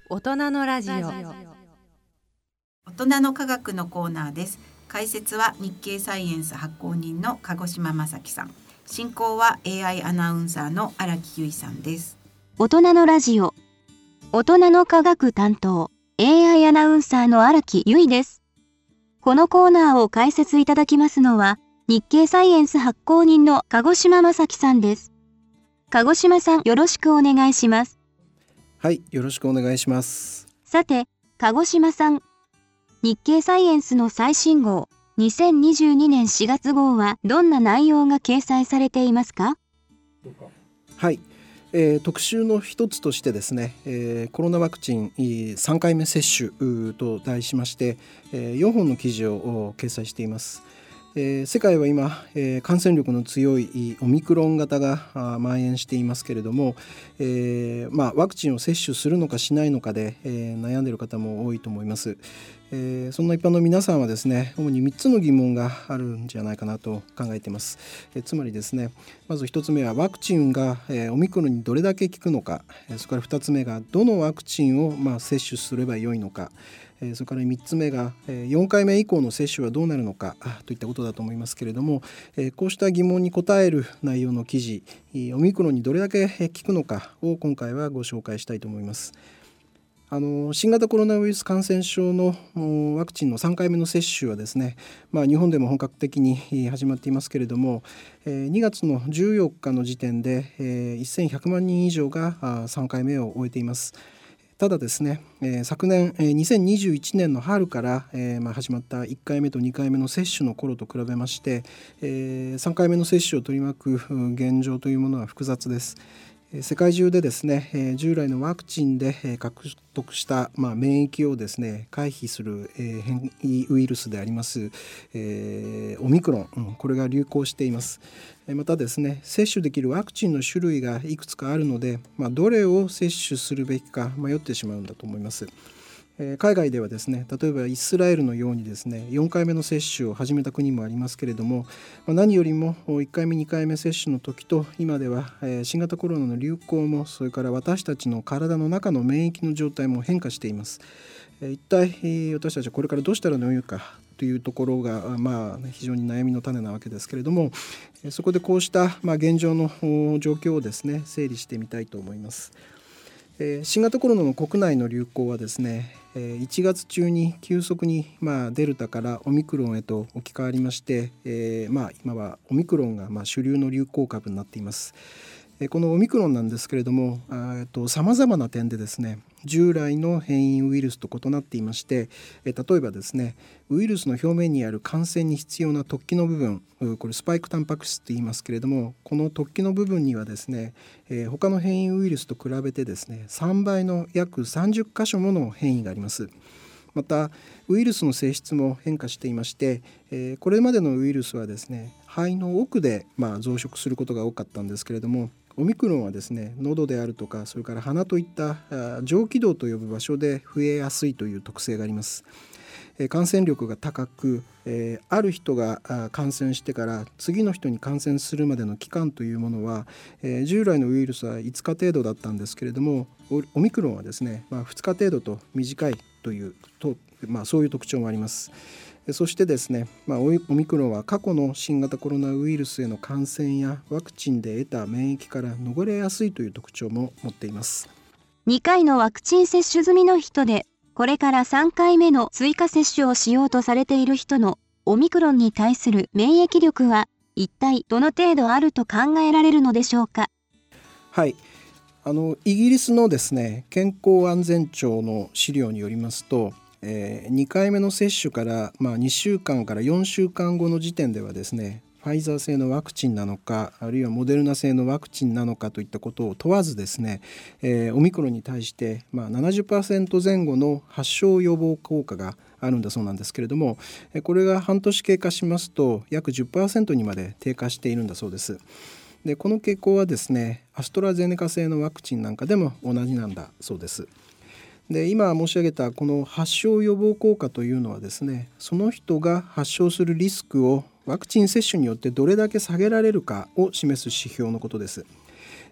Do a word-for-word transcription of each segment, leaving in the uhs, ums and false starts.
大人のラジオ。 大人の科学のコーナーです。解説は日経サイエンス発行人の鹿児島正樹さん、進行は エーアイ アナウンサーの荒木由衣さんです。 大人のラジオ、大人の科学担当 エーアイ アナウンサーの荒木由衣です。このコーナーを解説いただきますのは日経サイエンス発行人の鹿児島正樹さんです。鹿児島さん、よろしくお願いします。 はい、よろしくお願いします。 さて、鹿児島さん、日経サイエンスの最新号にせんにじゅうにねんしがつ号はどんな内容が掲載されていますか？ はい、えー、特集の一つとしてですね、えー、コロナワクチンさんかいめ接種と題しまして、えー、よんほんの記事を掲載しています。えー、世界は今、えー、感染力の強いオミクロン型が蔓延していますけれども、えーまあ、ワクチンを接種するのかしないのかで、えー、悩んでいる方も多いと思います。えー、そんな一般の皆さんはですね、主にみっつの疑問があるんじゃないかなと考えています。えー、つまりですね、まずひとつめはワクチンが、えー、オミクロンにどれだけ効くのか、えー、それからふたつめがどのワクチンを、まあ、接種すればよいのか、えー、それからみっつめが、えー、よんかいめ以降の接種はどうなるのかといったことだと思いますけれども、えー、こうした疑問に答える内容の記事、オミクロンにどれだけ効くのかを今回はご紹介したいと思います。あの新型コロナウイルス感染症のワクチンのさんかいめの接種はですね、まあ、日本でも本格的に始まっていますけれども、にがつのじゅうよっかの時点でせんひゃくまんにん以上がさんかいめを終えています。ただですね、昨年にせんにじゅういちねんの春から始まったいっかいめとにかいめの接種の頃と比べまして、さんかいめの接種を取り巻く現状というものは複雑です。世界中でですね、従来のワクチンで獲得した、まあ、免疫をですね回避する変異ウイルスであります、えー、オミクロン、これが流行しています。またですね、接種できるワクチンの種類がいくつかあるので、まあ、どれを接種するべきか迷ってしまうんだと思います。海外ではですね、例えばイスラエルのようにですね、よんかいめの接種を始めた国もありますけれども、何よりもいっかいめにかいめ接種の時と今では新型コロナの流行も、それから私たちの体の中の免疫の状態も変化しています。一体私たちはこれからどうしたらよいかというところが、まあ、非常に悩みの種なわけですけれども、そこでこうした、まあ、現状の状況をですね整理してみたいと思います。新型コロナの国内の流行はですね、いちがつ中に急速に、まあ、デルタからオミクロンへと置き換わりまして、えーまあ、今はオミクロンが、まあ、主流の流行株になっています。このオミクロンなんですけれども、さまざまな点でですね、従来の変異ウイルスと異なっていまして、例えばですね、ウイルスの表面にある感染に必要な突起の部分、これスパイクタンパク質と言いますけれども、この突起の部分にはですね、他の変異ウイルスと比べてですね、さんばいの約さんじゅっかしょもの変異があります。またウイルスの性質も変化していまして、これまでのウイルスはですね、肺の奥で、まあ、増殖することが多かったんですけれども、オミクロンはですね、喉であるとか、それから鼻といった上気道と呼ぶ場所で増えやすいという特性があります。感染力が高く、ある人が感染してから次の人に感染するまでの期間というものは、従来のウイルスはいつか程度だったんですけれども、オミクロンはですね、まあ、ふつか程度と短いというと、まあ、そういう特徴もあります。そしてですね、まあ、オミクロンは過去の新型コロナウイルスへの感染やワクチンで得た免疫から逃れやすいという特徴も持っています。 にかいのワクチン接種済みの人で、これからさんかいめの追加接種をしようとされている人のオミクロンに対する免疫力は一体どの程度あると考えられるのでしょうか？ はい、あのイギリスのですね、健康安全庁の資料によりますと、えー、にかいめの接種から、まあ、にしゅうかんからよんしゅうかんごの時点ではですね、ファイザー製のワクチンなのか、あるいはモデルナ製のワクチンなのかといったことを問わずですね、えー、オミクロンに対して、まあ、ななじゅっパーセント 前後の発症予防効果があるんだそうなんですけれども、これが半年経過しますと約 じゅっパーセント にまで低下しているんだそうです。でこの傾向はですね、アストラゼネカ製のワクチンなんかでも同じなんだそうです。で今申し上げたこの発症予防効果というのはですね、その人が発症するリスクをワクチン接種によってどれだけ下げられるかを示す指標のことです。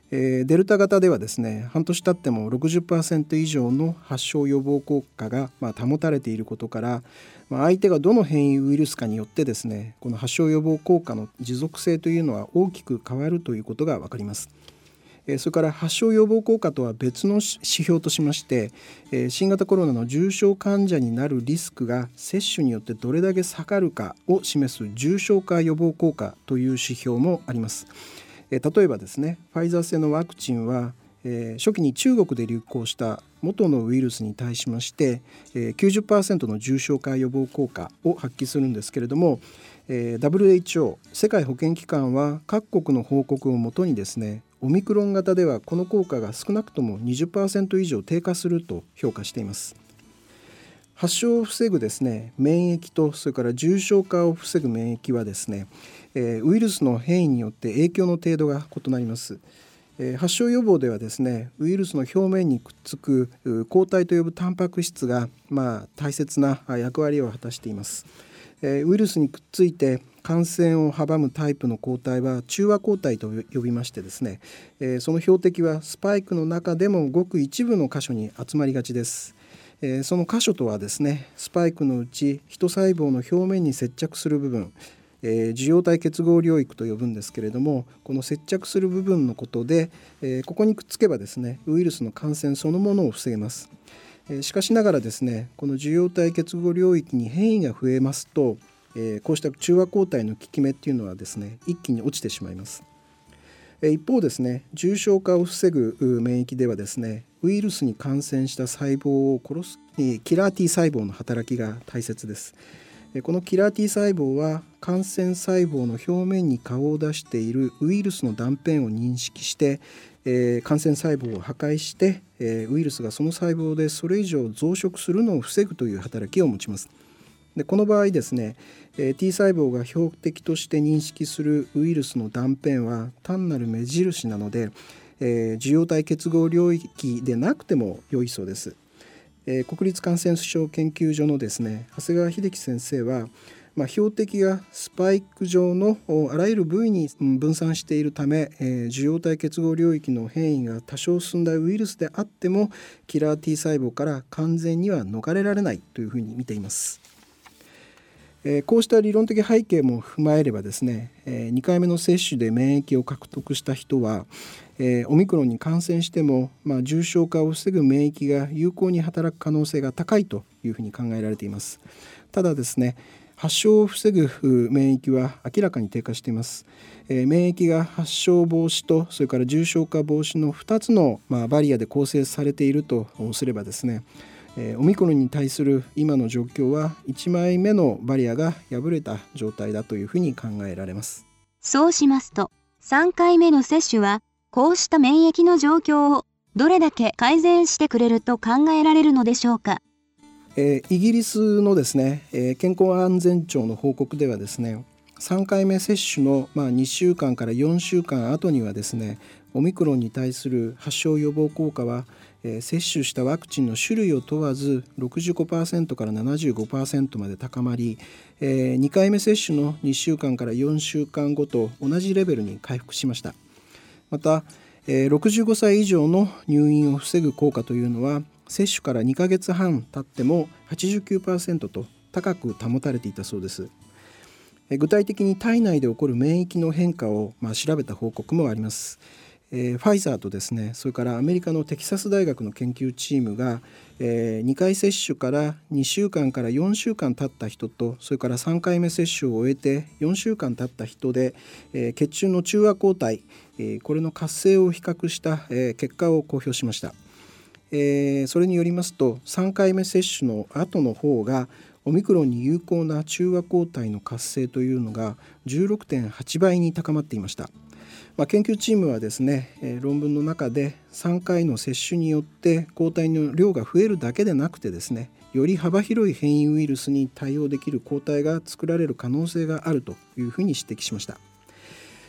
えー、デルタ型ではですね、半年経っても ろくじゅっパーセント 以上の発症予防効果がまあ保たれていることから、まあ、相手がどの変異ウイルスかによってですね、この発症予防効果の持続性というのは大きく変わるということが分かります。それから発症予防効果とは別の指標としまして、新型コロナの重症患者になるリスクが接種によってどれだけ下がるかを示す重症化予防効果という指標もあります。例えばですね、ファイザー製のワクチンは初期に中国で流行した元のウイルスに対しまして きゅうじゅっパーセント の重症化予防効果を発揮するんですけれども、 ダブリューエイチオー 世界保健機関は各国の報告をもとにですね、オミクロン型ではこの効果が少なくとも にじゅっパーセント 以上低下すると評価しています。発症を防ぐですね、免疫とそれから重症化を防ぐ免疫はですね、ウイルスの変異によって影響の程度が異なります。発症予防ではですね、ウイルスの表面にくっつく抗体と呼ぶタンパク質が、まあ、大切な役割を果たしています。ウイルスにくっついて感染を阻むタイプの抗体は中和抗体と呼びましてですね、その標的はスパイクの中でもごく一部の箇所に集まりがちです。その箇所とはですね、スパイクのうちヒト細胞の表面に接着する部分、えー、受容体結合領域と呼ぶんですけれども、この接着する部分のことで、えー、ここにくっつけばですね、ウイルスの感染そのものを防げます。えー、しかしながらですね、この受容体結合領域に変異が増えますと、えー、こうした中和抗体の効き目っていうのはですね、一気に落ちてしまいます。えー、一方ですね、重症化を防ぐ免疫ではですね、ウイルスに感染した細胞を殺すキラー T 細胞の働きが大切です。このキラー T 細胞は感染細胞の表面に顔を出しているウイルスの断片を認識して、えー、感染細胞を破壊して、えー、ウイルスがその細胞でそれ以上増殖するのを防ぐという働きを持ちます。でこの場合ですね、えー、T 細胞が標的として認識するウイルスの断片は単なる目印なので、えー、受容体結合領域でなくても良いそうです。えー、国立感染症研究所のですね、長谷川秀樹先生は、まあ、標的がスパイク状のあらゆる部位に分散しているため、えー、受容体結合領域の変異が多少進んだウイルスであってもキラー T 細胞から完全には逃れられないというふうに見ています。えー、こうした理論的背景も踏まえればですね、えー、にかいめの接種で免疫を獲得した人は、えー、オミクロンに感染しても、まあ、重症化を防ぐ免疫が有効に働く可能性が高いというふうに考えられています。ただですね、発症を防ぐ免疫は明らかに低下しています。えー、免疫が発症防止とそれから重症化防止のふたつの、まあ、バリアで構成されているとすればですね、オミクロンに対する今の状況はいちまいめのバリアが破れた状態だというふうに考えられます。 そうしますと、さんかいめの接種はこうした免疫の状況をどれだけ改善してくれると考えられるのでしょうか。 えー、イギリスのですね、えー、健康安全庁の報告ではですね、さんかいめ接種の、まあ、にしゅうかんからよんしゅうかん後にはですね、オミクロンに対する発症予防効果は接種したワクチンの種類を問わず ろくじゅうごパーセント から ななじゅうごパーセント まで高まり、にかいめ接種のにしゅうかんからよんしゅうかんごと同じレベルに回復しました。またろくじゅうごさい以上の入院を防ぐ効果というのは接種からにかげつはん経っても はちじゅうきゅうパーセント と高く保たれていたそうです。具体的に体内で起こる免疫の変化を、まあ、調べた報告もあります。えー、ファイザーとですね、それからアメリカのテキサス大学の研究チームが、えー、にかい接種からにしゅうかんからよんしゅうかん経った人と、それからさんかいめ接種を終えてよんしゅうかん経った人で、えー、血中の中和抗体、えー、これの活性を比較した、えー、結果を公表しました。えー、それによりますと、さんかいめ接種の後の方がオミクロンに有効な中和抗体の活性というのが じゅうろくてんはちばいに高まっていました。まあ、研究チームはですね、えー、論文の中でさんかいの接種によって抗体の量が増えるだけでなくてですね、より幅広い変異ウイルスに対応できる抗体が作られる可能性があるというふうに指摘しました。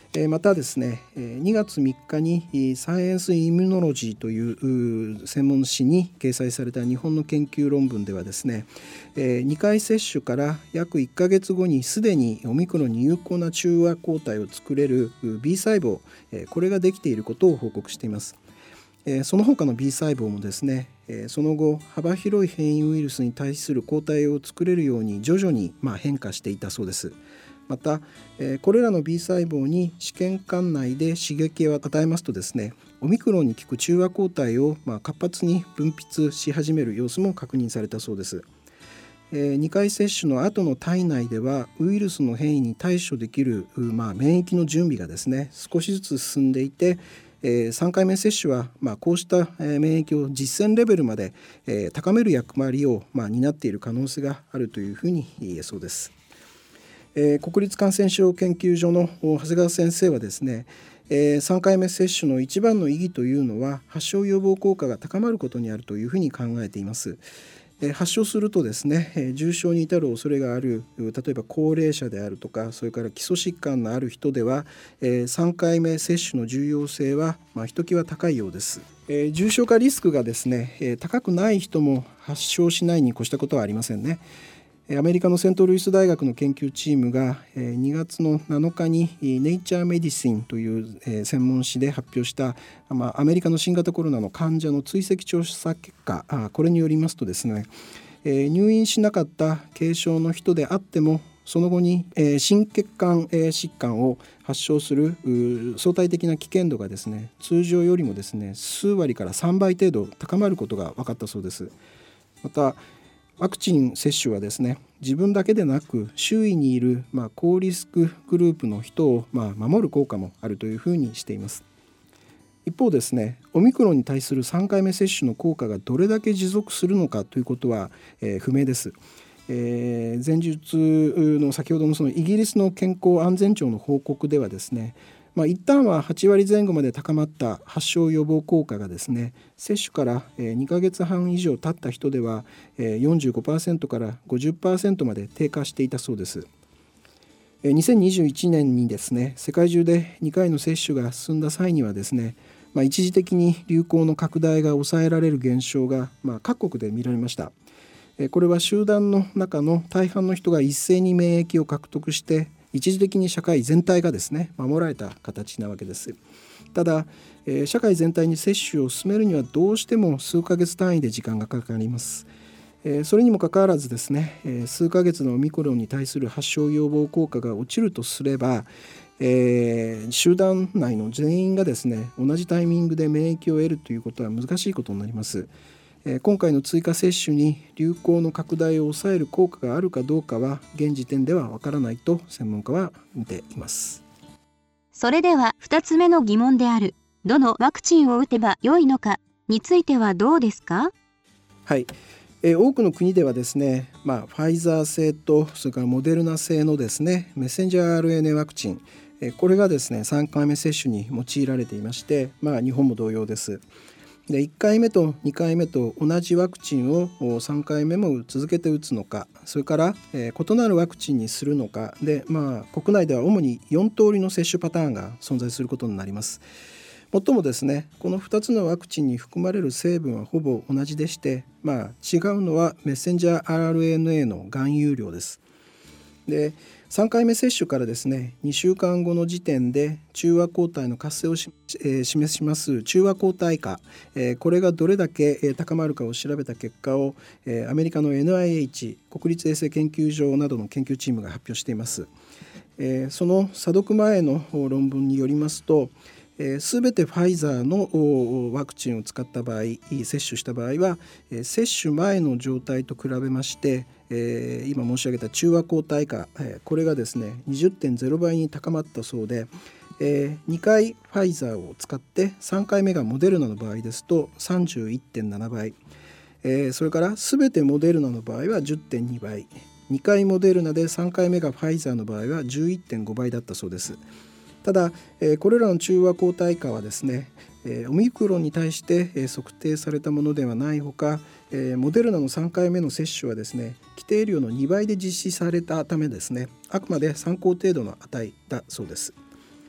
またですね、にがつみっかにサイエンス・イミュノロジーという専門誌に掲載された日本の研究論文ではですね、にかい接種から約いっかげつごにすでにオミクロンに有効な中和抗体を作れる B 細胞、これができていることを報告しています。その他の B 細胞もですね、その後幅広い変異ウイルスに対する抗体を作れるように徐々にまあ変化していたそうです。またこれらの B 細胞に試験管内で刺激を与えますとですね、オミクロンに効く中和抗体をまあ活発に分泌し始める様子も確認されたそうです。にかい接種の後の体内ではウイルスの変異に対処できる、まあ、免疫の準備がですね少しずつ進んでいて、さんかいめ接種は、まあ、こうした免疫を実践レベルまで高める役割を、まあ、担っている可能性があるというふうに言えそうです。国立感染症研究所の長谷川先生はですね、さんかいめ接種の一番の意義というのは発症予防効果が高まることにあるというふうに考えています。発症するとですね、重症に至る恐れがある、例えば高齢者であるとか、それから基礎疾患のある人ではさんかいめ接種の重要性は、まあ、ひときわ高いようです。重症化リスクがですね高くない人も発症しないに越したことはありませんね。アメリカのセントルイス大学の研究チームがにがつのなのかにネイチャーメディシンという専門誌で発表したアメリカの新型コロナの患者の追跡調査結果、これによりますとですね、入院しなかった軽症の人であってもその後に心血管疾患を発症する相対的な危険度がですね通常よりもですね数割からさんばい程度高まることが分かったそうです。またワクチン接種はですね自分だけでなく周囲にいる、まあ、高リスクグループの人を、まあ、守る効果もあるというふうにしています。一方ですねオミクロンに対するさんかいめ接種の効果がどれだけ持続するのかということは、えー、不明です。えー、前述の先ほどのそのイギリスの健康安全庁の報告ではですね、まあ、一旦ははちわりぜん後まで高まった発症予防効果がですね接種からにかげつはん以上経った人では よんじゅうごパーセント から ごじゅっパーセント まで低下していたそうです。にせんにじゅういちねんにですね世界中でにかいの接種が進んだ際にはですね、まあ、一時的に流行の拡大が抑えられる現象が、まあ、各国で見られました。これは集団の中の大半の人が一斉に免疫を獲得して一時的に社会全体がですね守られた形なわけです。ただ、えー、社会全体に接種を進めるにはどうしても数ヶ月単位で時間がかかります。えー、それにもかかわらずですね、えー、数ヶ月のオミクロンに対する発症予防効果が落ちるとすれば、えー、集団内の全員がですね同じタイミングで免疫を得るということは難しいことになります。今回の追加接種に流行の拡大を抑える効果があるかどうかは現時点ではわからないと専門家は見ています。 それではふたつめの疑問であるどのワクチンを打てば良いのかについてはどうですか？ はい、えー、多くの国ではですね、まあ、ファイザー製とそれからモデルナ製のですねメッセンジャー アールエヌエー ワクチン、えー、これがですねさんかいめ接種に用いられていまして、まあ、日本も同様です。でいっかいめとにかいめと同じワクチンをさんかいめも続けて打つのか、それから、えー、異なるワクチンにするのかで、まあ、国内では主によん通りの接種パターンが存在することになります。もっともですねこのふたつのワクチンに含まれる成分はほぼ同じでして、まあ、違うのはメッセンジャー アールエヌエー の含有量です。でさんかいめ接種からですねにしゅうかんごの時点で中和抗体の活性をし、えー、示します中和抗体価、えー、これがどれだけ、えー、高まるかを調べた結果を、えー、アメリカの エヌアイエイチ 国立衛生研究所などの研究チームが発表しています。えー、その査読前の論文によりますとすべてファイザーのワクチンを使った場合接種した場合は接種前の状態と比べまして今申し上げた中和抗体価これがですね にじゅってんゼロばいに高まったそうでにかいファイザーを使ってさんかいめがモデルナの場合ですと さんじゅういってんななばいそれからすべてモデルナの場合は じゅってんにばいにかいモデルナでさんかいめがファイザーの場合は じゅういってんごばいだったそうです。ただこれらの中和抗体価はですねオミクロンに対して測定されたものではないほかモデルナのさんかいめの接種はですね規定量のにばいで実施されたためですねあくまで参考程度の値だそうです。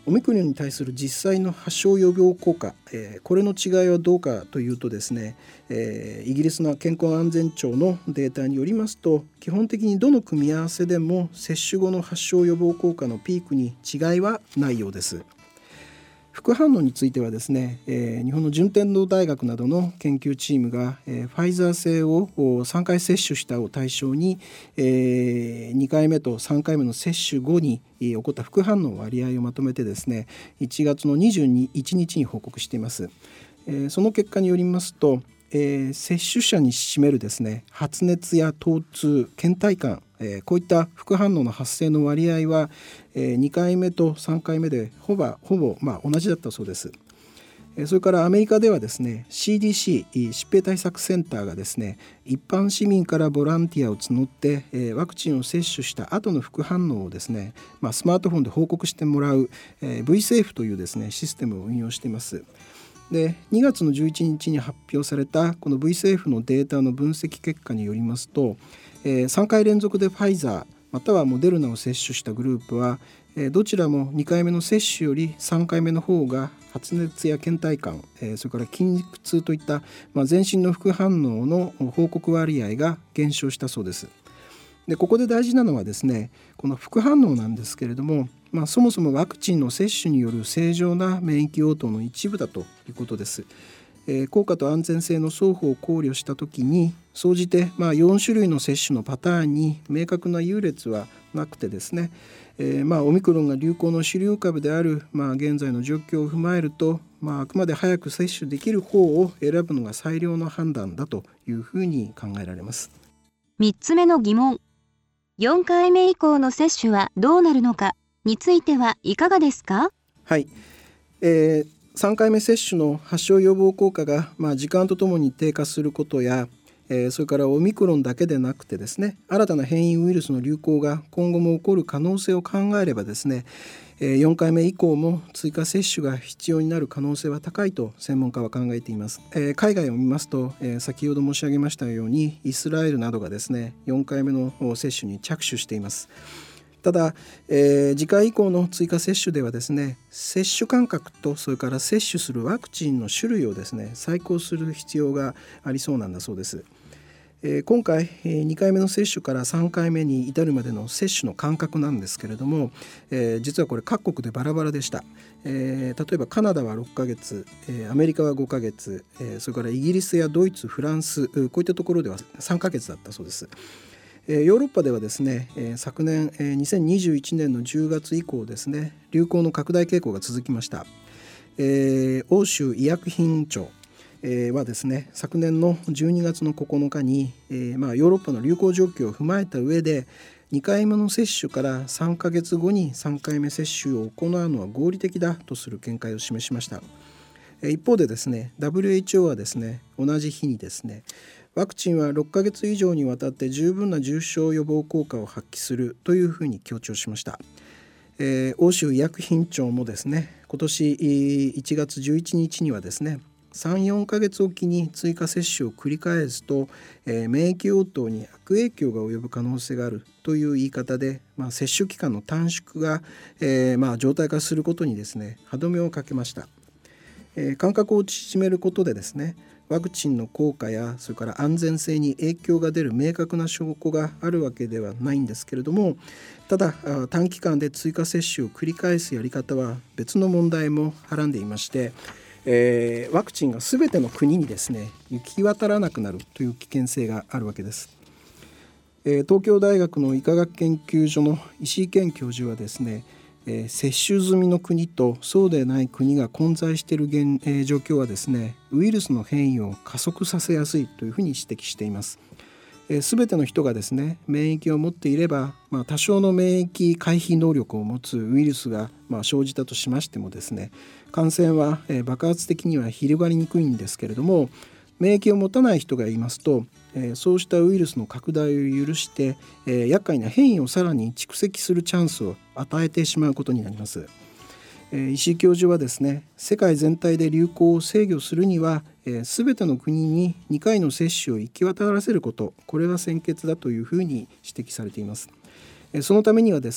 オミクロンに対する実際の発症予防効果、えー、これの違いはどうかというとですね、えー、イギリスの健康安全庁のデータによりますと、基本的にどの組み合わせでも接種後の発症予防効果のピークに違いはないようです。副反応についてはですね、えー、日本の順天堂大学などの研究チームが、えー、ファイザー製をさんかい接種したを対象に、えー、にかいめとさんかいめの接種後に起こった副反応の割合をまとめてですね、いちがつのにじゅういちにちに報告しています。えー、その結果によりますと、えー、接種者に占めるですね、発熱や疼痛、倦怠感、えー、こういった副反応の発生の割合は、えー、にかいめとさんかいめでほぼ、ほぼまあ同じだったそうです。えー、それからアメリカではですね シーディーシー 疾病対策センターがですね、一般市民からボランティアを募って、えー、ワクチンを接種した後の副反応をですね、まあ、スマートフォンで報告してもらう、えー、ブイセーフ というですねシステムを運用しています。でにがつのじゅういちにちに発表されたこの ブイセーフ のデータの分析結果によりますと、えー、さんかい連続でファイザーまたはモデルナを接種したグループは、えー、どちらもにかいめの接種よりさんかいめの方が発熱や倦怠感、えー、それから筋肉痛といった、まあ、全身の副反応の報告割合が減少したそうです。でここで大事なのはですね、この副反応なんですけれども、まあ、そもそもワクチンの接種による正常な免疫応答の一部だということです。えー、効果と安全性の双方を考慮したときに、総じてまあよんしゅるいの接種のパターンに明確な優劣はなくてですね、えー、まあオミクロンが流行の主流株である、まあ、現在の状況を踏まえると、まあ、あくまで早く接種できる方を選ぶのが最良の判断だというふうに考えられます。 みっつめの疑問。よんかいめ以降の接種はどうなるのかについてはいかがですか？ はい、えー、さんかいめ接種の発症予防効果が、まあ、時間とともに低下することや、えー、それからオミクロンだけでなくてですね、新たな変異ウイルスの流行が今後も起こる可能性を考えればですね、えー、よんかいめ以降も追加接種が必要になる可能性は高いと専門家は考えています。えー、海外を見ますと、えー、先ほど申し上げましたようにイスラエルなどがですねよんかいめの接種に着手しています。ただ、えー、次回以降の追加接種ではですね、接種間隔とそれから接種するワクチンの種類をですね再考する必要がありそうなんだそうです。えー、今回、えー、にかいめの接種からさんかいめに至るまでの接種の間隔なんですけれども、えー、実はこれ各国でバラバラでした。えー、例えばカナダはろっかげつ、えー、アメリカはごかげつ、えー、それからイギリスやドイツ、フランス、こういったところではさんかげつだったそうです。ヨーロッパではですね、昨年にせんにじゅういちねんのじゅうがつ以降ですね、流行の拡大傾向が続きました。えー、欧州医薬品庁はですね、昨年のじゅうにがつのここのかに、えーまあ、ヨーロッパの流行状況を踏まえた上でにかいめの接種からさんかげつごにさんかいめ接種を行うのは合理的だとする見解を示しました。一方でですね、ダブリューエイチオー はですね、同じ日にですね、ワクチンはろっかげつ以上にわたって十分な重症予防効果を発揮するというふうに強調しました。えー、欧州医薬品庁もですね、今年いちがつじゅういちにちにはですね、さん、よんかげつおきに追加接種を繰り返すと、えー、免疫応答に悪影響が及ぶ可能性があるという言い方で、まあ、接種期間の短縮が、えーまあ、常態化することにですね、歯止めをかけました。えー、間隔を縮めることでですね、ワクチンの効果やそれから安全性に影響が出る明確な証拠があるわけではないんですけれども、ただ短期間で追加接種を繰り返すやり方は別の問題もはらんでいまして、えー、ワクチンが全ての国にですね行き渡らなくなるという危険性があるわけです。えー、東京大学の医科学研究所の石井健教授はですね、えー、接種済みの国とそうでない国が混在している現、えー、状況はですね、ウイルスの変異を加速させやすいというふうに指摘しています。えー、全ての人がですね免疫を持っていれば、まあ、多少の免疫回避能力を持つウイルスが、まあ、生じたとしましてもですね、感染は、えー、爆発的には広がりにくいんですけれども、免疫を持たない人がいますと、えー、そうしたウイルスの拡大を許して、えー、厄介な変異をさらに蓄積するチャンスを与えてしまうことになります。えー、石井教授はですね、世界全体で流行を制御するには、えー、全ての国ににかいの接種を行き渡らせること、これが先決だというふうに指摘されています。えー、そのためにはですね、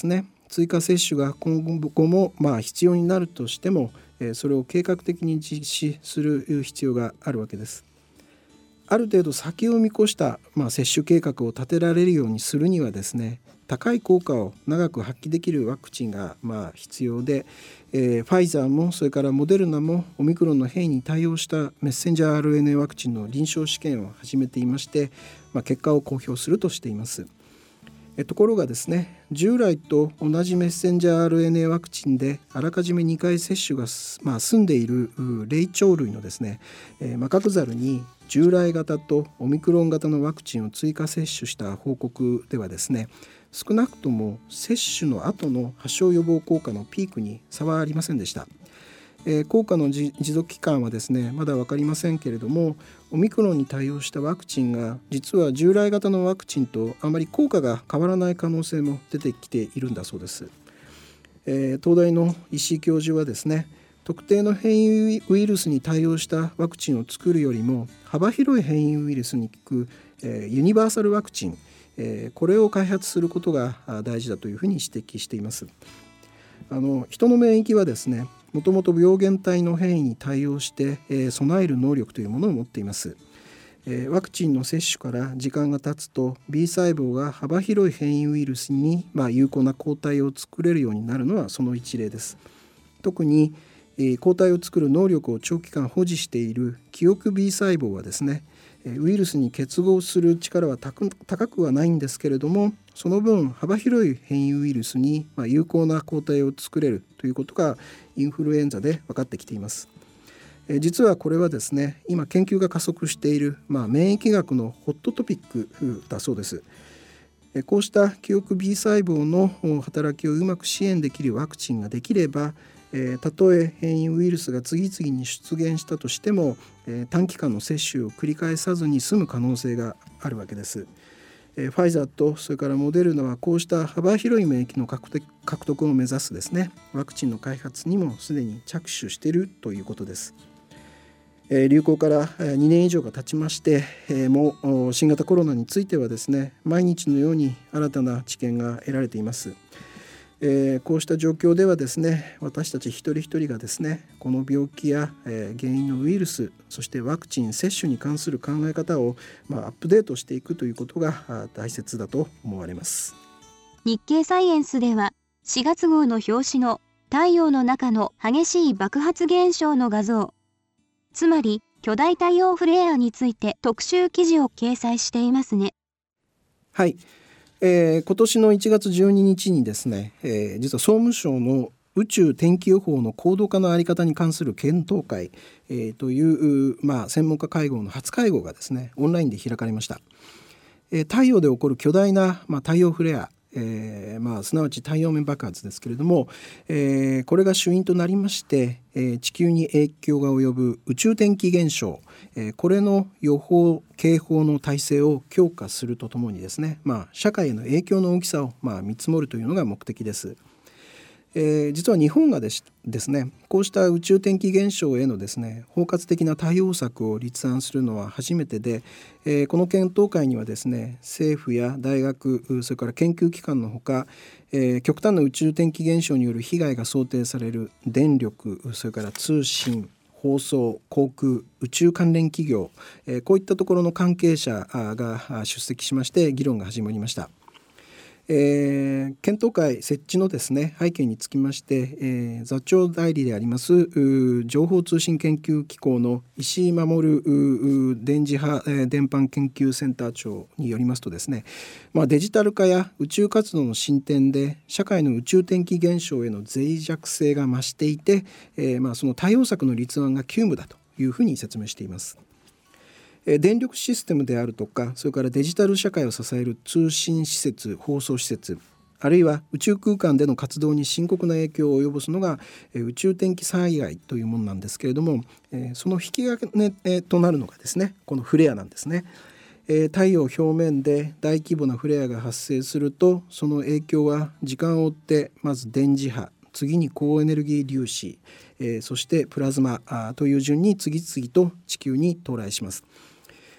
追加接種が今後もまあ必要になるとしても、それを計画的に実施する必要があるわけです。ある程度先を見越した、まあ、接種計画を立てられるようにするにはですね、高い効果を長く発揮できるワクチンがまあ必要で、えー、ファイザーもそれからモデルナもオミクロンの変異に対応したメッセンジャー アールエヌエー ワクチンの臨床試験を始めていまして、まあ、結果を公表するとしています。えところがですね、従来と同じメッセンジャー アールエヌエー ワクチンであらかじめにかい接種が、まあ、済んでいる霊長類のですね、えー、マカクザルに従来型とオミクロン型のワクチンを追加接種した報告ではですね、少なくとも接種の後の発症予防効果のピークに差はありませんでした。えー、効果の持続期間はですねまだ分かりませんけれども、オミクロンに対応したワクチンが実は従来型のワクチンとあまり効果が変わらない可能性も出てきているんだそうです。えー、東大の石井教授はですね、特定の変異ウイルスに対応したワクチンを作るよりも幅広い変異ウイルスに効く、えー、ユニバーサルワクチン、えー、これを開発することが大事だというふうに指摘しています。あの人の免疫はですね、もともと病原体の変異に対応して、えー、備える能力というものを持っています。えー、ワクチンの接種から時間が経つと B 細胞が幅広い変異ウイルスに、まあ、有効な抗体を作れるようになるのはその一例です。特に、えー、抗体を作る能力を長期間保持している記憶 B 細胞はですね、ウイルスに結合する力は高くはないんですけれども、その分幅広い変異ウイルスに有効な抗体を作れるということがインフルエンザで分かってきています。実はこれはですね、今研究が加速している、まあ、免疫学のホットトピックだそうです。こうした記憶 B 細胞の働きをうまく支援できるワクチンができれば、えー、たとえ変異ウイルスが次々に出現したとしても、えー、短期間の接種を繰り返さずに済む可能性があるわけです。えー、ファイザーとそれからモデルナはこうした幅広い免疫の獲得を目指すですね、ワクチンの開発にもすでに着手しているということです。えー、流行からにねん以上が経ちまして、えー、もう新型コロナについてはですね、毎日のように新たな知見が得られています。えー、こうした状況ではですね、私たち一人一人がですね、この病気や、えー、原因のウイルス、そしてワクチン接種に関する考え方を、まあ、アップデートしていくということが大切だと思われます。 日経サイエンスではしがつ号の表紙の太陽の中の激しい爆発現象の画像、つまり巨大太陽フレアについて特集記事を掲載していますね。 はい。えー、今年のいちがつじゅうににちにですね、えー、実は総務省の宇宙天気予報の高度化の在り方に関する検討会、えー、という、まあ、専門家会合の初会合がですね、オンラインで開かれました。えー、太陽で起こる巨大な、まあ、太陽フレア、えーまあ、すなわち太陽面爆発ですけれども、えー、これが主因となりまして、えー、地球に影響が及ぶ宇宙天気現象、えー、これの予報警報の体制を強化するとともにですね、まあ、社会への影響の大きさを、まあ、見積もるというのが目的です。えー、実は日本がですね、こうした宇宙天気現象へのですね、包括的な対応策を立案するのは初めてで、えー、この検討会にはですね、政府や大学、それから研究機関のほか、えー、極端な宇宙天気現象による被害が想定される電力、それから通信、放送、航空、宇宙関連企業、えー、こういったところの関係者が出席しまして議論が始まりました。えー、検討会設置のですね、背景につきまして、えー、座長代理であります情報通信研究機構の石井守電磁波、えー、電波研究センター長によりますとですね、まあ、デジタル化や宇宙活動の進展で社会の宇宙天気現象への脆弱性が増していて、えーまあ、その対応策の立案が急務だというふうに説明しています。電力システムであるとか、それからデジタル社会を支える通信施設、放送施設、あるいは宇宙空間での活動に深刻な影響を及ぼすのが宇宙天気災害というものなんですけれども、その引き金となるのがですね、このフレアなんですね。太陽表面で大規模なフレアが発生すると、その影響は時間を追ってまず電磁波、次に高エネルギー粒子、そしてプラズマという順に次々と地球に到来します。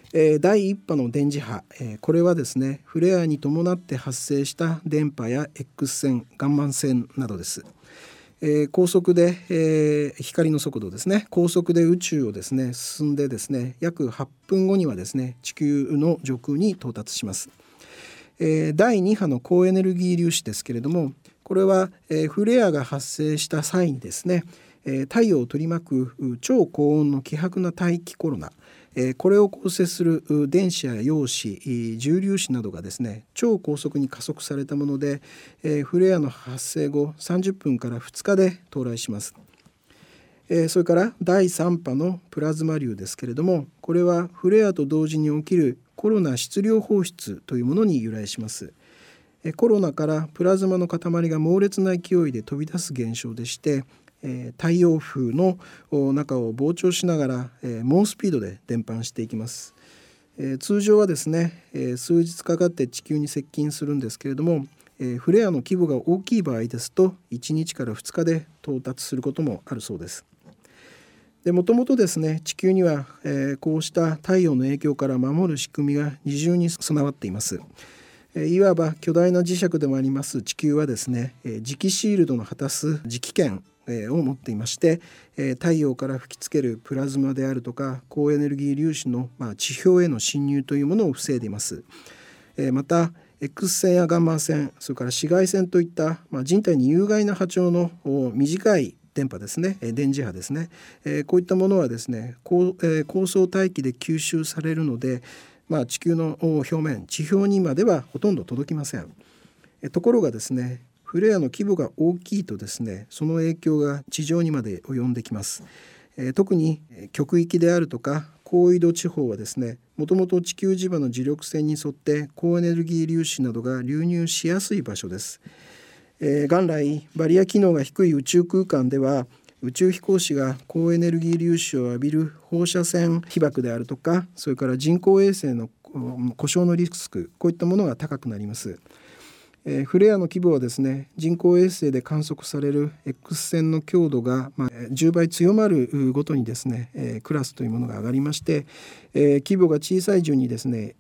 えー、だいいっ波の電磁波、えー、これはですねフレアに伴って発生した電波や X 線、ガンマ線などです。えー、高速で、えー、光の速度ですね高速で宇宙をですね進んでですね約はっぷんごにはですね地球の上空に到達します。えー、だいに波の高エネルギー粒子ですけれども、これは、えー、フレアが発生した際にですね、えー、太陽を取り巻く超高温の希薄な大気コロナ、えー、これを構成する電子や陽子、重粒子などがですね超高速に加速されたもので、えー、フレアの発生後さんじゅっぷんからふつかで到来します。えー、それからだいさん波のプラズマ流ですけれども、これはフレアと同時に起きるコロナ質量放出というものに由来します。えー、コロナからプラズマの塊が猛烈な勢いで飛び出す現象でして、えー、太陽風の中を膨張しながら、えー、猛スピードで伝播していきます。えー、通常はですね、えー、数日かかって地球に接近するんですけれども、えー、フレアの規模が大きい場合ですといちにちからふつかで到達することもあるそうです。でもともとですね地球には、えー、こうした太陽の影響から守る仕組みが二重に備わっています。えー、いわば巨大な磁石でもあります地球はですね、えー、磁気シールドの果たす磁気圏を持っていまして、えー、太陽から吹きつけるプラズマであるとか高エネルギー粒子の、まあ、地表への侵入というものを防いでいます。えー、また X 線やガンマ線、それから紫外線といった、まあ、人体に有害な波長の短い電波ですね、電磁波ですね、えー、こういったものはですね 高,、えー、高層大気で吸収されるので、まあ、地球の表面地表にまではほとんど届きません。えー、ところがですねフレアの規模が大きいとですねその影響が地上にまで及んできます。えー、特に極域であるとか高緯度地方はですねもともと地球磁場の磁力線に沿って高エネルギー粒子などが流入しやすい場所です。えー、元来バリア機能が低い宇宙空間では宇宙飛行士が高エネルギー粒子を浴びる放射線被曝であるとかそれから人工衛星の故障のリスク、こういったものが高くなります。えー、フレアの規模はですね人工衛星で観測される X 線の強度が、まあ、じゅうばい強まるごとにですね、えー、クラスというものが上がりまして、えー、規模が小さい順にですね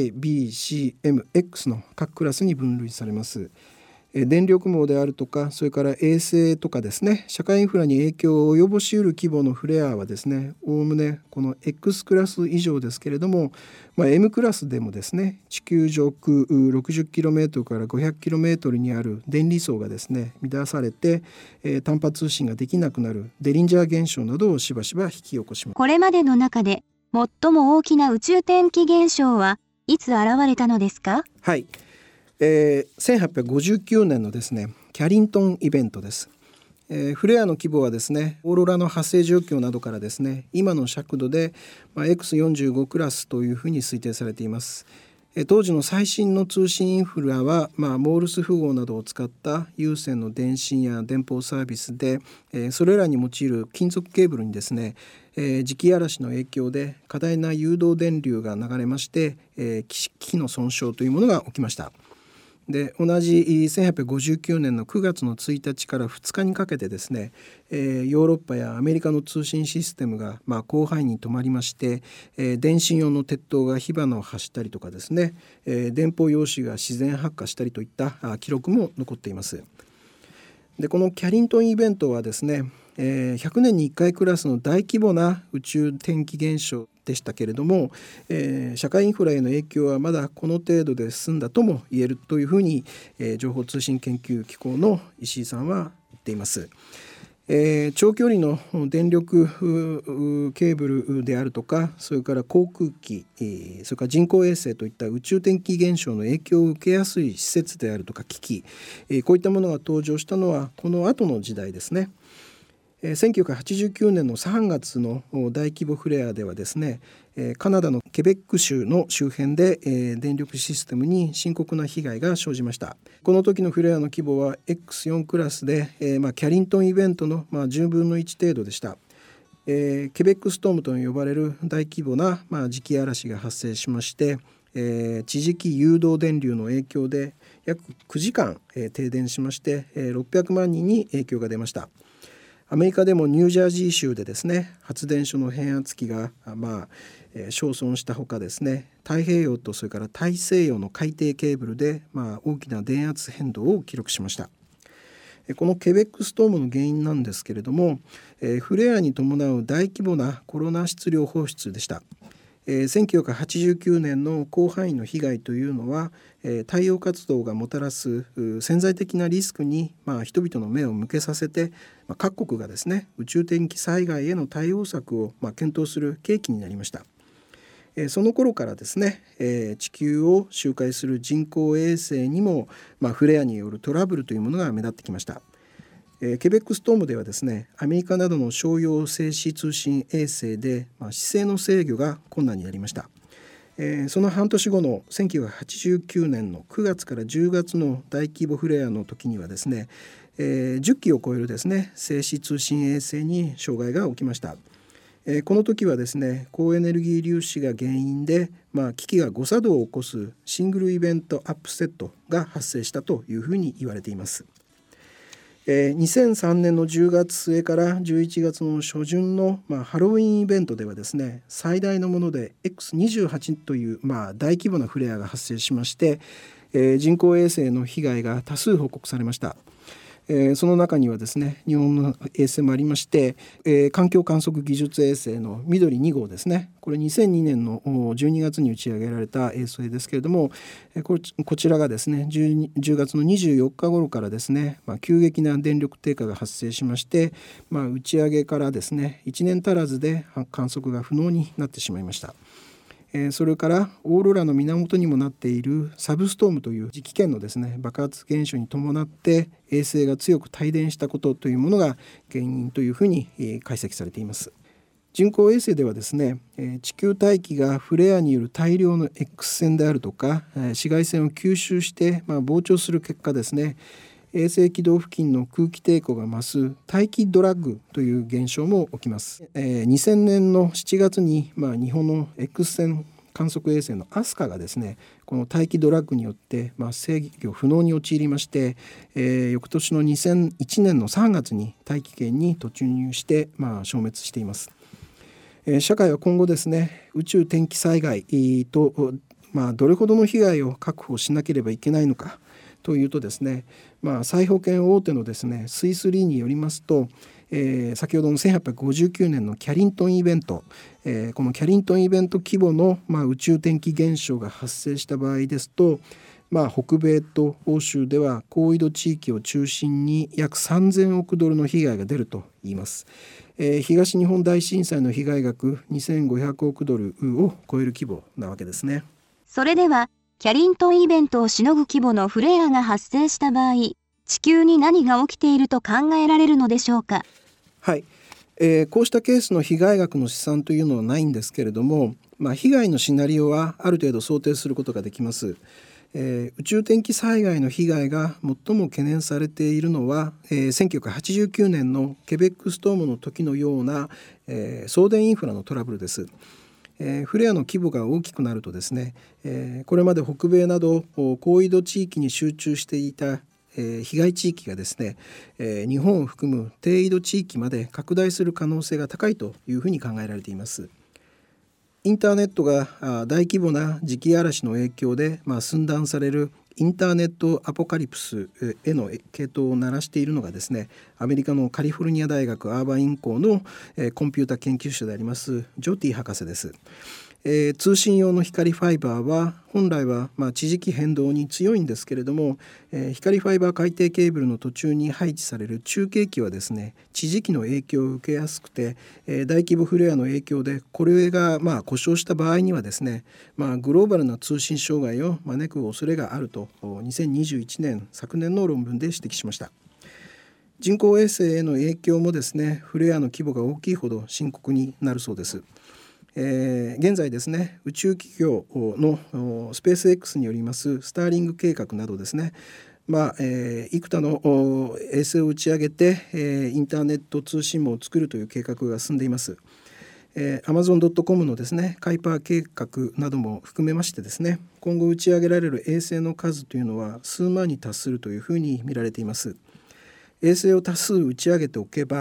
A、B、C、M、X の各クラスに分類されます。電力網であるとかそれから衛星とかですね社会インフラに影響を及ぼしうる規模のフレアはですねおおむねこの X クラス以上ですけれども、まあ、M クラスでもですね地球上空 ろくじゅっキロメートル から ごひゃくキロメートル にある電離層がですね乱されて、えー、短波通信ができなくなるデリンジャー現象などをしばしば引き起こします。 これまでの中で最も大きな宇宙天気現象はいつ現れたのですか？ はい、えー、せんはっぴゃくごじゅうきゅうねんのですねキャリントンイベントです。えー、フレアの規模はですねオーロラの発生状況などからですね今の尺度で、まあ、エックスよんじゅうご クラスというふうに推定されています。えー、当時の最新の通信インフラは、まあ、モールス符号などを使った有線の電信や電報サービスで、えー、それらに用いる金属ケーブルにですねえー、磁気嵐の影響で過大な誘導電流が流れまして、えー、機器の損傷というものが起きました。で同じせんはっぴゃくごじゅうきゅうねんのくがつのついたちからふつかにかけてですね、えー、ヨーロッパやアメリカの通信システムが、まあ、広範囲に止まりまして、えー、電信用の鉄塔が火花を発したりとかですね、えー、電報用紙が自然発火したりといったあ記録も残っています。でこのキャリントンイベントはですね、えー、ひゃくねんにいっかいクラスの大規模な宇宙天気現象でしたけれども、えー、社会インフラへの影響はまだこの程度で済んだとも言えるというふうに、えー、情報通信研究機構の石井さんは言っています。えー、長距離の電力ケーブルであるとかそれから航空機、えー、それから人工衛星といった宇宙天気現象の影響を受けやすい施設であるとか機器、えー、こういったものが登場したのはこの後の時代ですね。せんきゅうひゃくはちじゅうきゅうねんのさんがつの大規模フレアではですねカナダのケベック州の周辺で電力システムに深刻な被害が生じました。この時のフレアの規模は エックスよん クラスで、えーまあ、キャリントンイベントの、まあ、じゅうぶんのいち程度でした。えー、ケベックストームと呼ばれる大規模な、まあ、磁気嵐が発生しまして、えー、地磁気誘導電流の影響で約くじかん、えー、停電しまして、えー、ろっぴゃくまんにんに影響が出ました。 アメリカでもニュージャージー州でですね、発電所の変圧器が、まあえー、焼損したほかですね、太平洋とそれから大西洋の海底ケーブルで、まあ、大きな電圧変動を記録しました。このケベックストームの原因なんですけれども、えー、フレアに伴う大規模なコロナ質量放出でした。えー、せんきゅうひゃくはちじゅうきゅうねんの広範囲の被害というのは、えー、太陽活動がもたらす潜在的なリスクに、まあ、人々の目を向けさせて、まあ、各国がですね、宇宙天気災害への対応策を、まあ、検討する契機になりました。えー、その頃からですね、えー、地球を周回する人工衛星にも、まあ、フレアによるトラブルというものが目立ってきました。えー、ケベックストームではですね、アメリカなどの商用静止通信衛星で、まあ、姿勢の制御が困難になりました。えー、その半年後のせんきゅうひゃくはちじゅうきゅうねんのくがつからじゅうがつの大規模フレアの時にはですね、えー、じゅっきを超えるですね、静止通信衛星に障害が起きました。えー、この時はですね、高エネルギー粒子が原因で、まあ、機器が誤作動を起こすシングルイベントアップセットが発生したというふうに言われています。えー、にせんさんねんのじゅうがつ末からじゅういちがつの初旬の、まあ、ハロウィンイベントではですね、最大のもので エックスにじゅうはち という、まあ、大規模なフレアが発生しまして、えー、人工衛星の被害が多数報告されました。えー、その中にはですね、日本の衛星もありまして、えー、環境観測技術衛星の緑に号ですね、これにせんにねんのじゅうにがつに打ち上げられた衛星ですけれども、えー、こ, こちらがですね 10, じゅうがつのにじゅうよっか頃からですね、まあ、急激な電力低下が発生しまして、まあ、打ち上げからですねいちねん足らずで観測が不能になってしまいました。それからオーロラの源にもなっているサブストームという磁気圏のですね爆発現象に伴って衛星が強く帯電したことというものが原因というふうに解析されています。人工衛星ではですね、地球大気がフレアによる大量の X 線であるとか紫外線を吸収して、まあ、膨張する結果ですね、衛星軌道付近の空気抵抗が増す大気ドラッグという現象も起きます。えー、にせんねんのしちがつに、まあ、日本の X 線観測衛星のアスカがですね、この大気ドラッグによって、まあ、制御不能に陥りまして、えー、翌年のにせんいちねんのさんがつに大気圏に突入して、まあ、消滅しています。えー、社会は今後ですね、宇宙天気災害と、まあ、どれほどの被害を確保しなければいけないのかというとですね、まあ、再保険大手のですねスイスリーによりますと、えー、先ほどのせんはっぴゃくごじゅうきゅうねんのキャリントンイベント、えー、このキャリントンイベント規模の、まあ、宇宙天気現象が発生した場合ですと、まあ、北米と欧州では高緯度地域を中心に約さんぜんおくドルの被害が出るといいます。えー、東日本大震災の被害額にせんごひゃくおくドルを超える規模なわけですね。 それではキャリントンイベントをしのぐ規模のフレアが発生した場合、地球に何が起きていると考えられるのでしょうか。 はい、えー、こうしたケースの被害額の試算というのはないんですけれども、まあ、被害のシナリオはある程度想定することができます。えー、宇宙天気災害の被害が最も懸念されているのは、えー、せんきゅうひゃくはちじゅうきゅうねんのケベックストームの時のような、えー、送電インフラのトラブルです。えー、フレアの規模が大きくなるとですね、えー、これまで北米など高緯度地域に集中していた、えー、被害地域がですね、えー、日本を含む低緯度地域まで拡大する可能性が高いというふうに考えられています。インターネットが大規模な磁気嵐の影響で、まあ、寸断されるインターネットアポカリプスへの系統を鳴らしているのがですね、アメリカのカリフォルニア大学アーバイン校の、えー、コンピュータ研究者でありますジョティ博士です。えー、通信用の光ファイバーは本来は、まあ、地磁気変動に強いんですけれども、えー、光ファイバー海底ケーブルの途中に配置される中継機はですね、地磁気の影響を受けやすくて、えー、大規模フレアの影響でこれが、まあ、故障した場合にはですね、まあ、グローバルな通信障害を招く恐れがあるとにせんにじゅういちねん昨年の論文で指摘しました。人工衛星への影響もですね、フレアの規模が大きいほど深刻になるそうです。えー、現在ですね、宇宙企業のスペース X によりますスターリング計画などですね、まあえー、幾多の衛星を打ち上げて、えー、インターネット通信網を作るという計画が進んでいます。えー、アマゾンドットコム のですねカイパー計画なども含めましてですね、今後打ち上げられる衛星の数というのは数万に達するというふうに見られています。衛星を多数打ち上げておけば、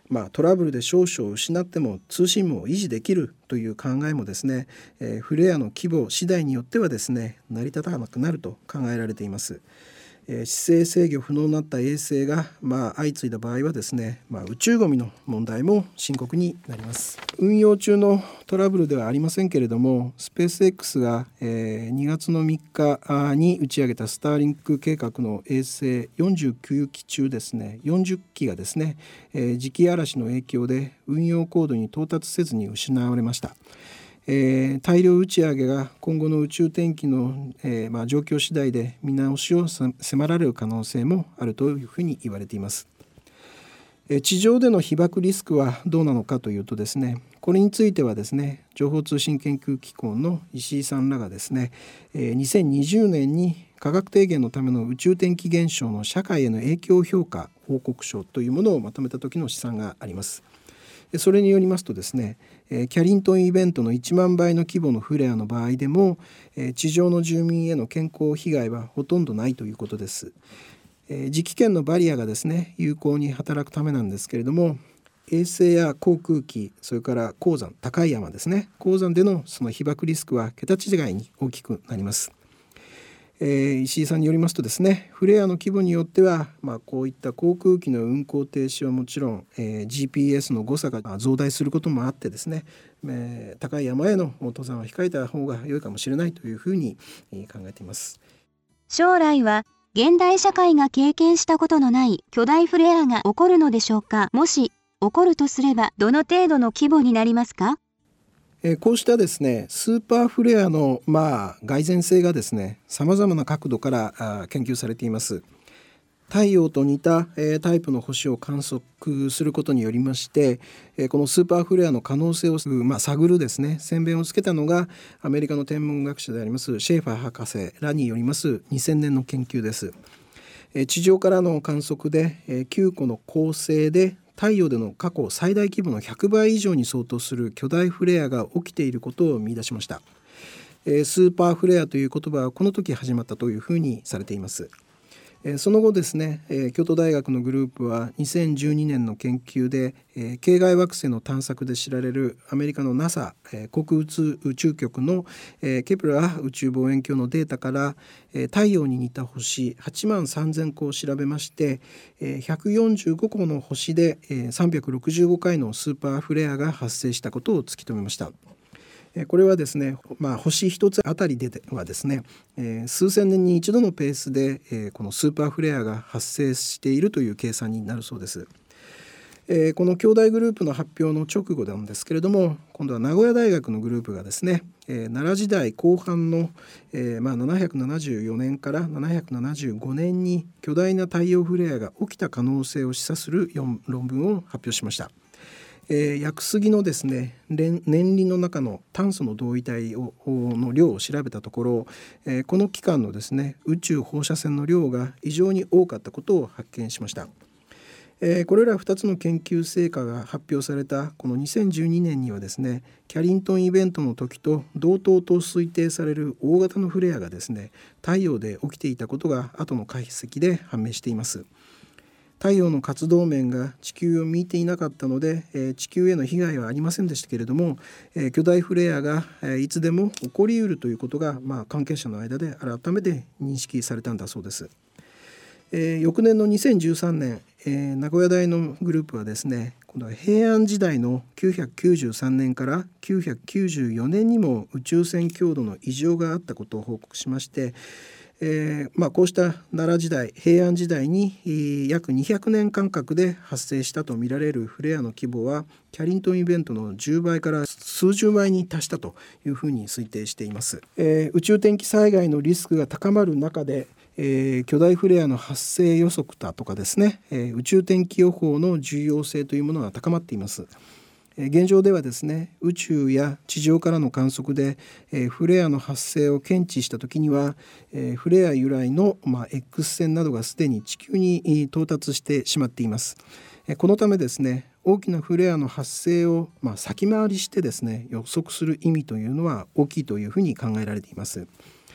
まあ、トラブルで少々失っても通信網を維持できるという考えもですね、えー、フレアの規模次第によってはですね成り立たなくなると考えられています。えー、姿勢制御不能になった衛星が、まあ、相次いだ場合はですね、まあ、宇宙ゴミの問題も深刻になります。運用中のトラブルではありませんけれども、スペース X が、えー、にがつのみっかに打ち上げたスターリンク計画の衛星よんじゅうきゅうき中ですね、よんじゅっきがですね、えー、磁気嵐の影響で運用高度に到達せずに失われました。えー、大量打ち上げが今後の宇宙天気の、えーまあ、状況次第で見直しを迫られる可能性もあるというふうに言われています。えー、地上での被爆リスクはどうなのかというとですね、これについてはですね、情報通信研究機構の石井さんらがですね、えー、にせんにじゅうねんに科学提言のための宇宙天気現象の社会への影響評価報告書というものをまとめた時の試算があります。それによりますとですね、キャリントンイベントのいちまんばいの規模のフレアの場合でも、地上の住民への健康被害はほとんどないということです。磁気圏のバリアがですね有効に働くためなんですけれども、衛星や航空機、それから鉱山、高い山ですね、鉱山でのその被爆リスクは桁違いに大きくなります。えー、石井さんによりますとですね、フレアの規模によっては、まあ、こういった航空機の運航停止はもちろん、えー、ジーピーエス の誤差が増大することもあってですね、えー、高い山への登山は控えた方が良いかもしれないというふうに考えています。 将来は現代社会が経験したことのない巨大フレアが起こるのでしょうか。もし起こるとすればどの程度の規模になりますか。 こうしたですねスーパーフレアの、まあ、蓋然性がですねさまざまな角度から研究されています。太陽と似たタイプの星を観測することによりまして、このスーパーフレアの可能性を、まあ、探るですね先鞭をつけたのがアメリカの天文学者でありますシェーファー博士らによりますにせんねんの研究です。地上からの観測できゅうこの恒星で太陽での過去最大規模のひゃくばい以上に相当する巨大フレアが起きていることを見出しました。スーパーフレアという言葉はこの時始まったというふうにされています。その後ですね、京都大学のグループはにせんじゅうにねんの研究で系外惑星の探索で知られるアメリカの ナサ 国宇宙宇宙局のケプラー宇宙望遠鏡のデータから太陽に似た星はちまんさんぜんこを調べまして、ひゃくよんじゅうごこの星でさんびゃくろくじゅうごかいのスーパーフレアが発生したことを突き止めました。これはですね、まあ、星一つあたりではですね、えー、数千年に一度のペースで、えー、このスーパーフレアが発生しているという計算になるそうです。えー、この兄弟グループの発表の直後なんですけれども、今度は名古屋大学のグループがですね、えー、奈良時代後半の、えーまあ、ななひゃくななじゅうよねんからななひゃくななじゅうごねんに巨大な太陽フレアが起きた可能性を示唆する論文を発表しました。えー、屋久杉のですね年輪の中の炭素の同位体をの量を調べたところ、えー、この期間のですね宇宙放射線の量が異常に多かったことを発見しました。えー、これらふたつの研究成果が発表されたこのにせんじゅうにねんにはですねキャリントンイベントの時と同等と推定される大型のフレアがですね太陽で起きていたことが後の解析で判明しています。太陽の活動面が地球を見ていなかったので、えー、地球への被害はありませんでしたけれども、えー、巨大フレアが、えー、いつでも起こりうるということが、まあ、関係者の間で改めて認識されたんだそうです。えー、翌年のにせんじゅうさんねん、えー、名古屋大のグループはですね今度は平安時代のきゅうひゃくきゅうじゅうさんねんからきゅうひゃくきゅうじゅうよねんにも宇宙線強度の異常があったことを報告しまして、えーまあ、こうした奈良時代平安時代に約にひゃくねん間隔で発生したとみられるフレアの規模はキャリントンイベントのじゅうばいから数十倍に達したというふうに推定しています。えー、宇宙天気災害のリスクが高まる中で、えー、巨大フレアの発生予測だとかですね、えー、宇宙天気予報の重要性というものが高まっています。現状ではですね宇宙や地上からの観測で、えー、フレアの発生を検知したときには、えー、フレア由来の、まあ、X 線などがすでに地球に到達してしまっています。えー、このためですね大きなフレアの発生を、まあ、先回りしてですね予測する意味というのは大きいというふうに考えられています。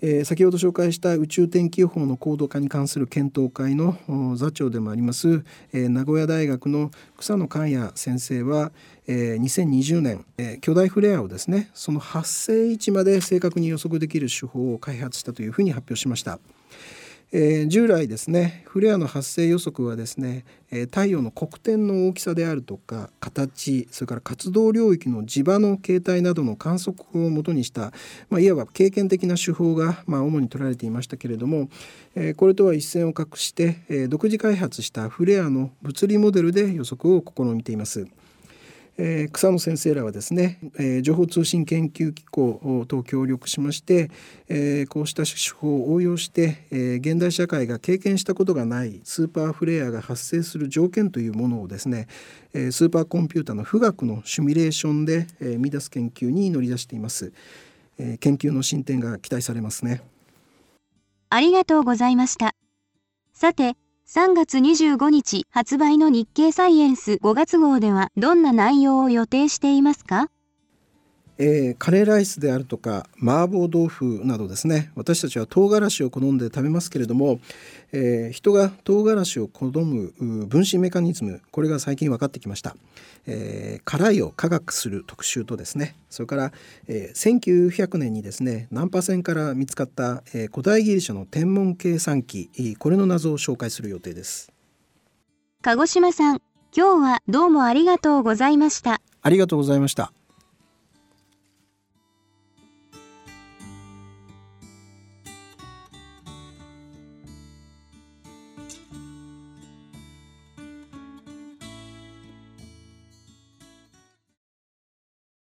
えー、先ほど紹介した宇宙天気予報の高度化に関する検討会の座長でもあります、えー、名古屋大学の草野寛也先生は、えー、にせんにじゅうねん、えー、巨大フレアをですね、その発生位置まで正確に予測できる手法を開発したというふうに発表しました。えー、従来ですね、フレアの発生予測はですね、えー、太陽の黒点の大きさであるとか形、それから活動領域の磁場の形態などの観測をもとにした、まあ、いわば経験的な手法が、まあ、主に取られていましたけれども、えー、これとは一線を画して、えー、独自開発したフレアの物理モデルで予測を試みています。えー、草野先生らはですね、えー、情報通信研究機構と協力しまして、えー、こうした手法を応用して、えー、現代社会が経験したことがないスーパーフレアが発生する条件というものをですね、えー、スーパーコンピュータの富岳のシミュレーションで、えー、見出す研究に乗り出しています。えー、研究の進展が期待されますね。 ありがとうございました。さて、さんがつにじゅうごにち発売の日経サイエンスごがつ号ではどんな内容を予定していますか？ えー、カレーライスであるとか麻婆豆腐などですね、私たちは唐辛子を好んで食べますけれども、えー、人が唐辛子を好む分子メカニズム、これが最近分かってきました。えー、辛いを科学する特集とですね、それから、えー、せんきゅうひゃくねんにですね、難破船から見つかった、えー、古代ギリシャの天文計算機、これの謎を紹介する予定です。 鹿児島さん、今日はどうもありがとうございました。 ありがとうございました。